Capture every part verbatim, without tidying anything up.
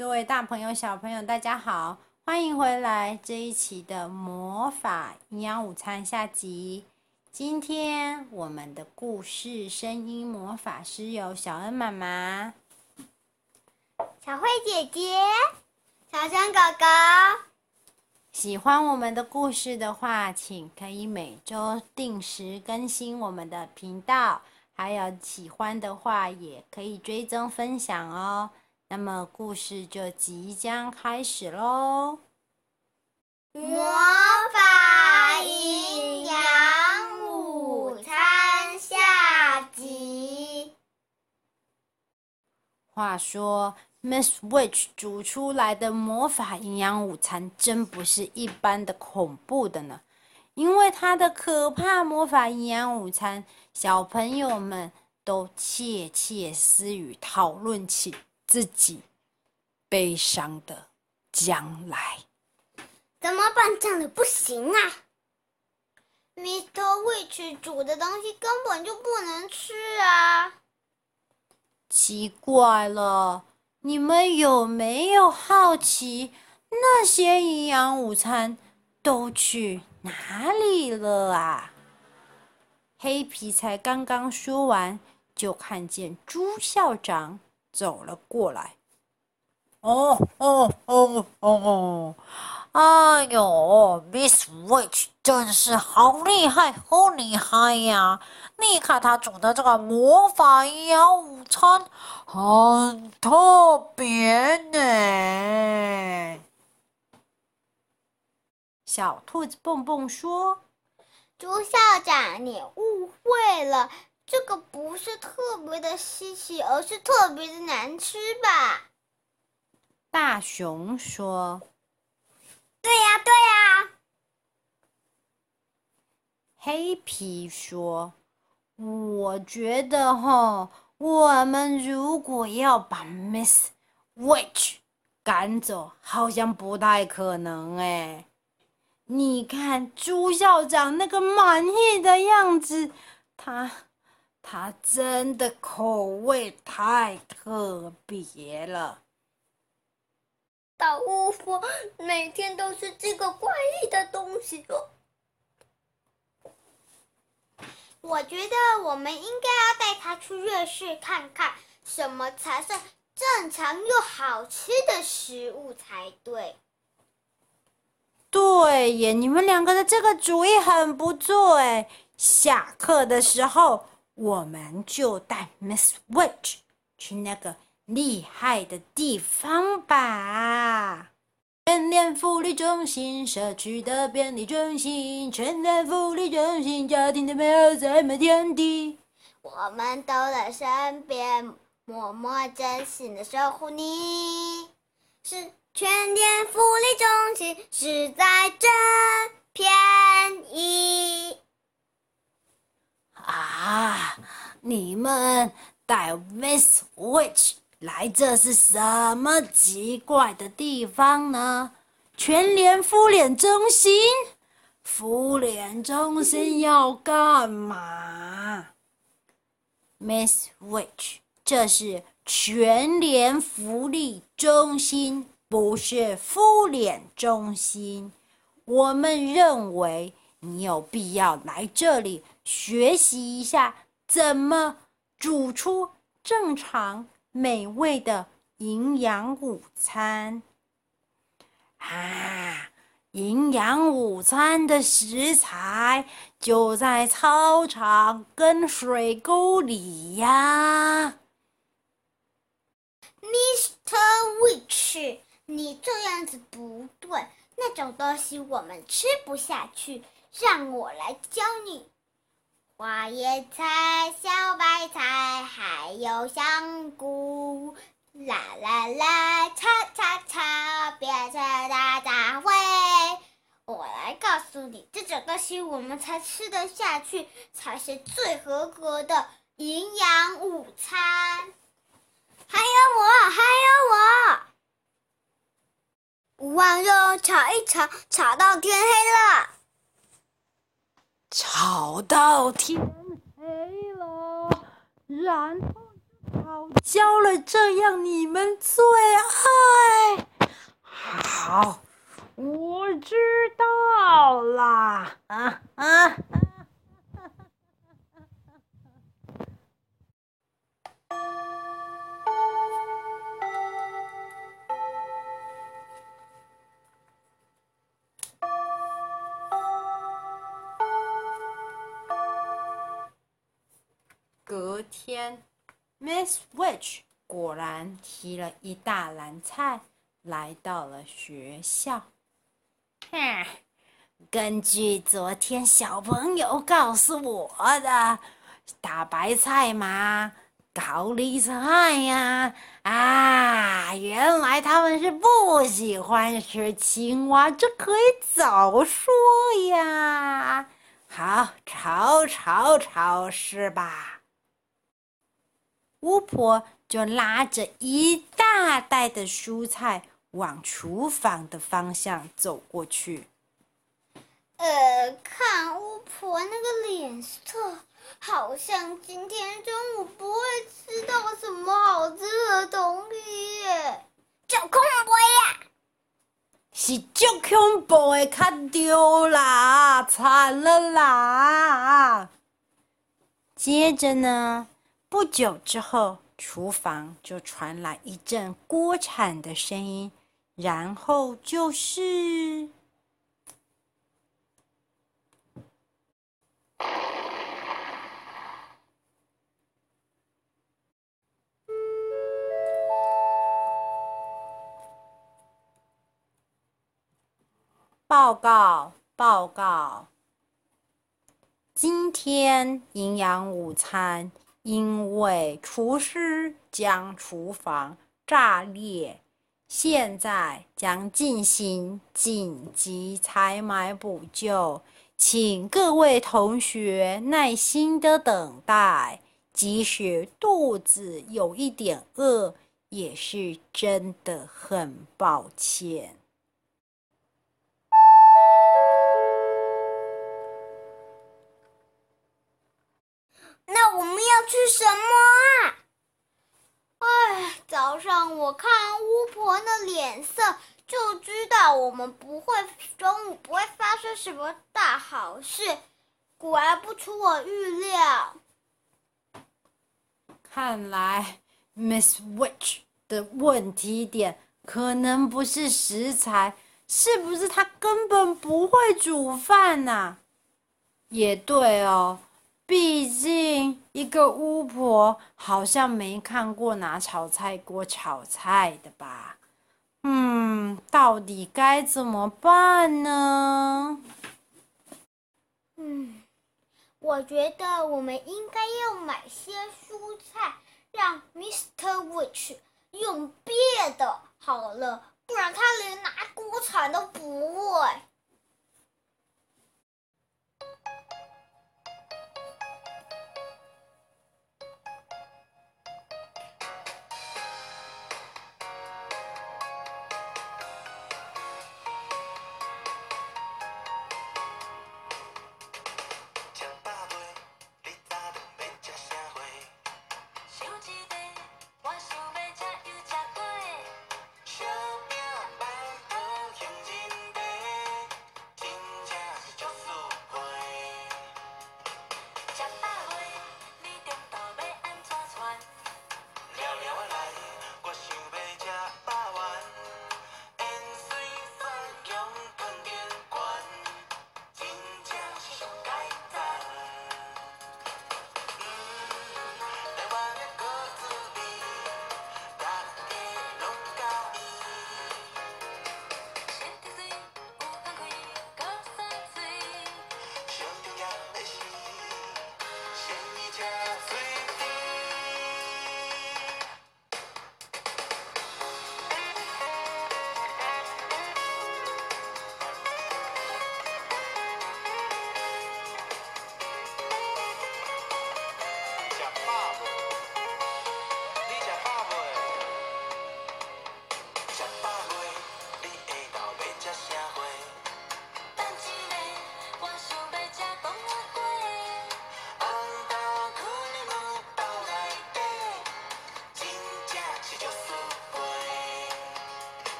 各位大朋友、小朋友，大家好，欢迎回来这一期的魔法营养午餐下集。今天我们的故事声音魔法师有小恩妈妈、 小慧姐姐、小山哥哥。 喜欢我们的故事的话，请可以每周定时更新我们的频道，还有喜欢的话也可以追踪分享哦。那么故事就即将开始咯。 魔法营养午餐下集。 话说 Miss Witch 煮出来的魔法营养午餐真不是一般的恐怖的呢，因为它的可怕魔法营养午餐，小朋友们都窃窃私语讨论起自己悲伤的将来。 怎么办？这样的不行啊 ！Mister Witch 煮的东西根本就不能吃啊！ 奇怪了，你们有没有好奇那些营养午餐都去哪里了啊？黑皮才刚刚说完，就看见朱校长走了过来。 哦哦哦哦哦！哎呦 ，Miss Witch 真是好厉害，好厉害呀！你看她煮的这个魔法营养午餐，很特别呢。 小兔子蹦蹦说：“ 朱校长，你误会了，这个不是特别的稀奇，而是特别的难吃吧？” 大熊说：“ 对呀，对呀。” 黑皮说：“我觉得哈，我们如果要把 Miss Witch 赶走，好像不太可能哎。你看朱校长那个满意的样子，他他真的口味太特别了。 大巫婆每天都是这个怪异的东西。我觉得我们应该要带他去夜市看看，什么才是正常又好吃的食物才对。 对耶，你们两个的这个主意很不错哎。下课的时候，我们就带 Miss Witch 去那个厉害的地方吧。全联福利中心，社区的便利中心，全联福利中心，家庭的美好在每天地。 我们都在身边，默默真心的守护你。是全联福利中心，实在真便宜啊！你们带 Miss Witch 来这是什么奇怪的地方呢？全联敷脸中心？敷脸中心要干嘛 ？Miss Witch， 这是全联福利中心，不是敷脸中心。我们认为你有必要来这里学习一下怎么煮出正常美味的营养午餐啊！营养午餐的食材就在操场跟水沟里呀。 Mister Witch， 你这样子不对，那种东西我们吃不下去，让我来教你。花椰菜、小白菜，还有香菇，啦啦啦，叉叉叉，变成大杂烩。我来告诉你，这种东西我们才吃得下去，才是最合格的营养午餐。还有我，还有我，五万肉炒一炒，炒到天黑了。 炒到天黑了，然后就好，教了这样你们最爱。好，我知道啦。啊啊！隔天 ，Miss Witch 果然提了一大篮菜来到了学校。哼，根据昨天小朋友告诉我的，大白菜嘛，高丽菜呀，啊，原来他们是不喜欢吃青蛙，这可以早说呀。好，炒炒炒是吧？巫婆就拉着一大袋的蔬菜往厨房的方向走过去。 呃，看巫婆那个脸色，好像今天中午不会吃到什么好吃的东西耶。就恐怖呀！ 是足恐怖的，卡丢啦，惨了啦！接着呢？不久之后，厨房就传来一阵锅铲的声音，然后就是报告，报告，今天营养午餐。因为厨师将厨房炸裂，现在将进行紧急采买补救，请各位同学耐心的等待，即使肚子有一点饿，也是真的很抱歉。 那我们要吃什么啊？哎，早上我看巫婆的脸色，就知道我们不会中午不会发生什么大好事，果然不出我预料。 看来 Miss Witch 的问题点可能不是食材，是不是她根本不会煮饭啊？也对哦。毕竟一个巫婆好像没看过拿炒菜锅炒菜的吧？嗯，到底该怎么办呢？ 嗯，我觉得我们应该要买些蔬菜，让 Mister Witch 用别的好了，不然他连拿锅铲都不会。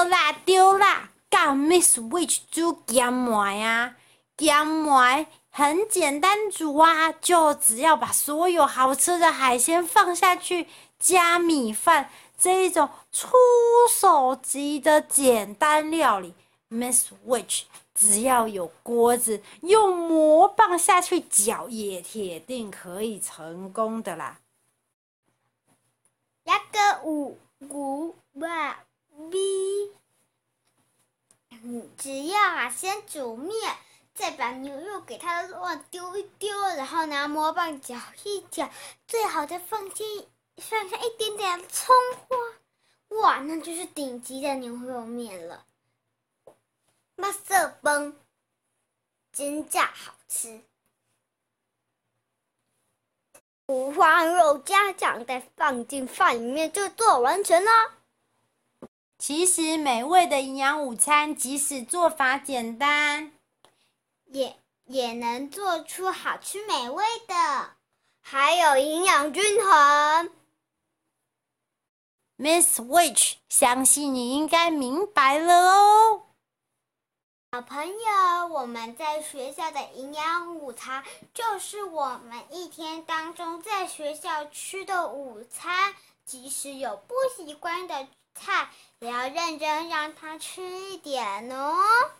对啦对啦，甲 Miss Witch 煮咸糜啊！咸糜很简单煮啊，就只要把所有好吃的海鲜放下去，加米饭，这一种出手级的简单料理 ，Miss Witch 只要有锅子，用魔棒下去搅，也铁定可以成功的啦。 一个五五八 B， 只要啊先煮面，再把牛肉给它乱丢一丢，然后拿魔棒搅一搅，最好再放进放上一点点葱花，哇，那就是顶级的牛肉面了。马色崩，真假好吃。五花肉加酱，再放进饭里面就做完成了。 其实美味的营养午餐，即使做法简单， 也也能做出好吃美味的，还有营养均衡。 Miss Witch 相信你应该明白了哦。 小朋友，我们在学校的营养午餐就是我们一天当中在学校吃的午餐，即使有不习惯的菜，也要认真让他吃一点哦。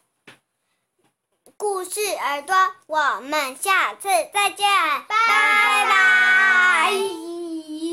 故事耳朵，我们下次再见，拜拜。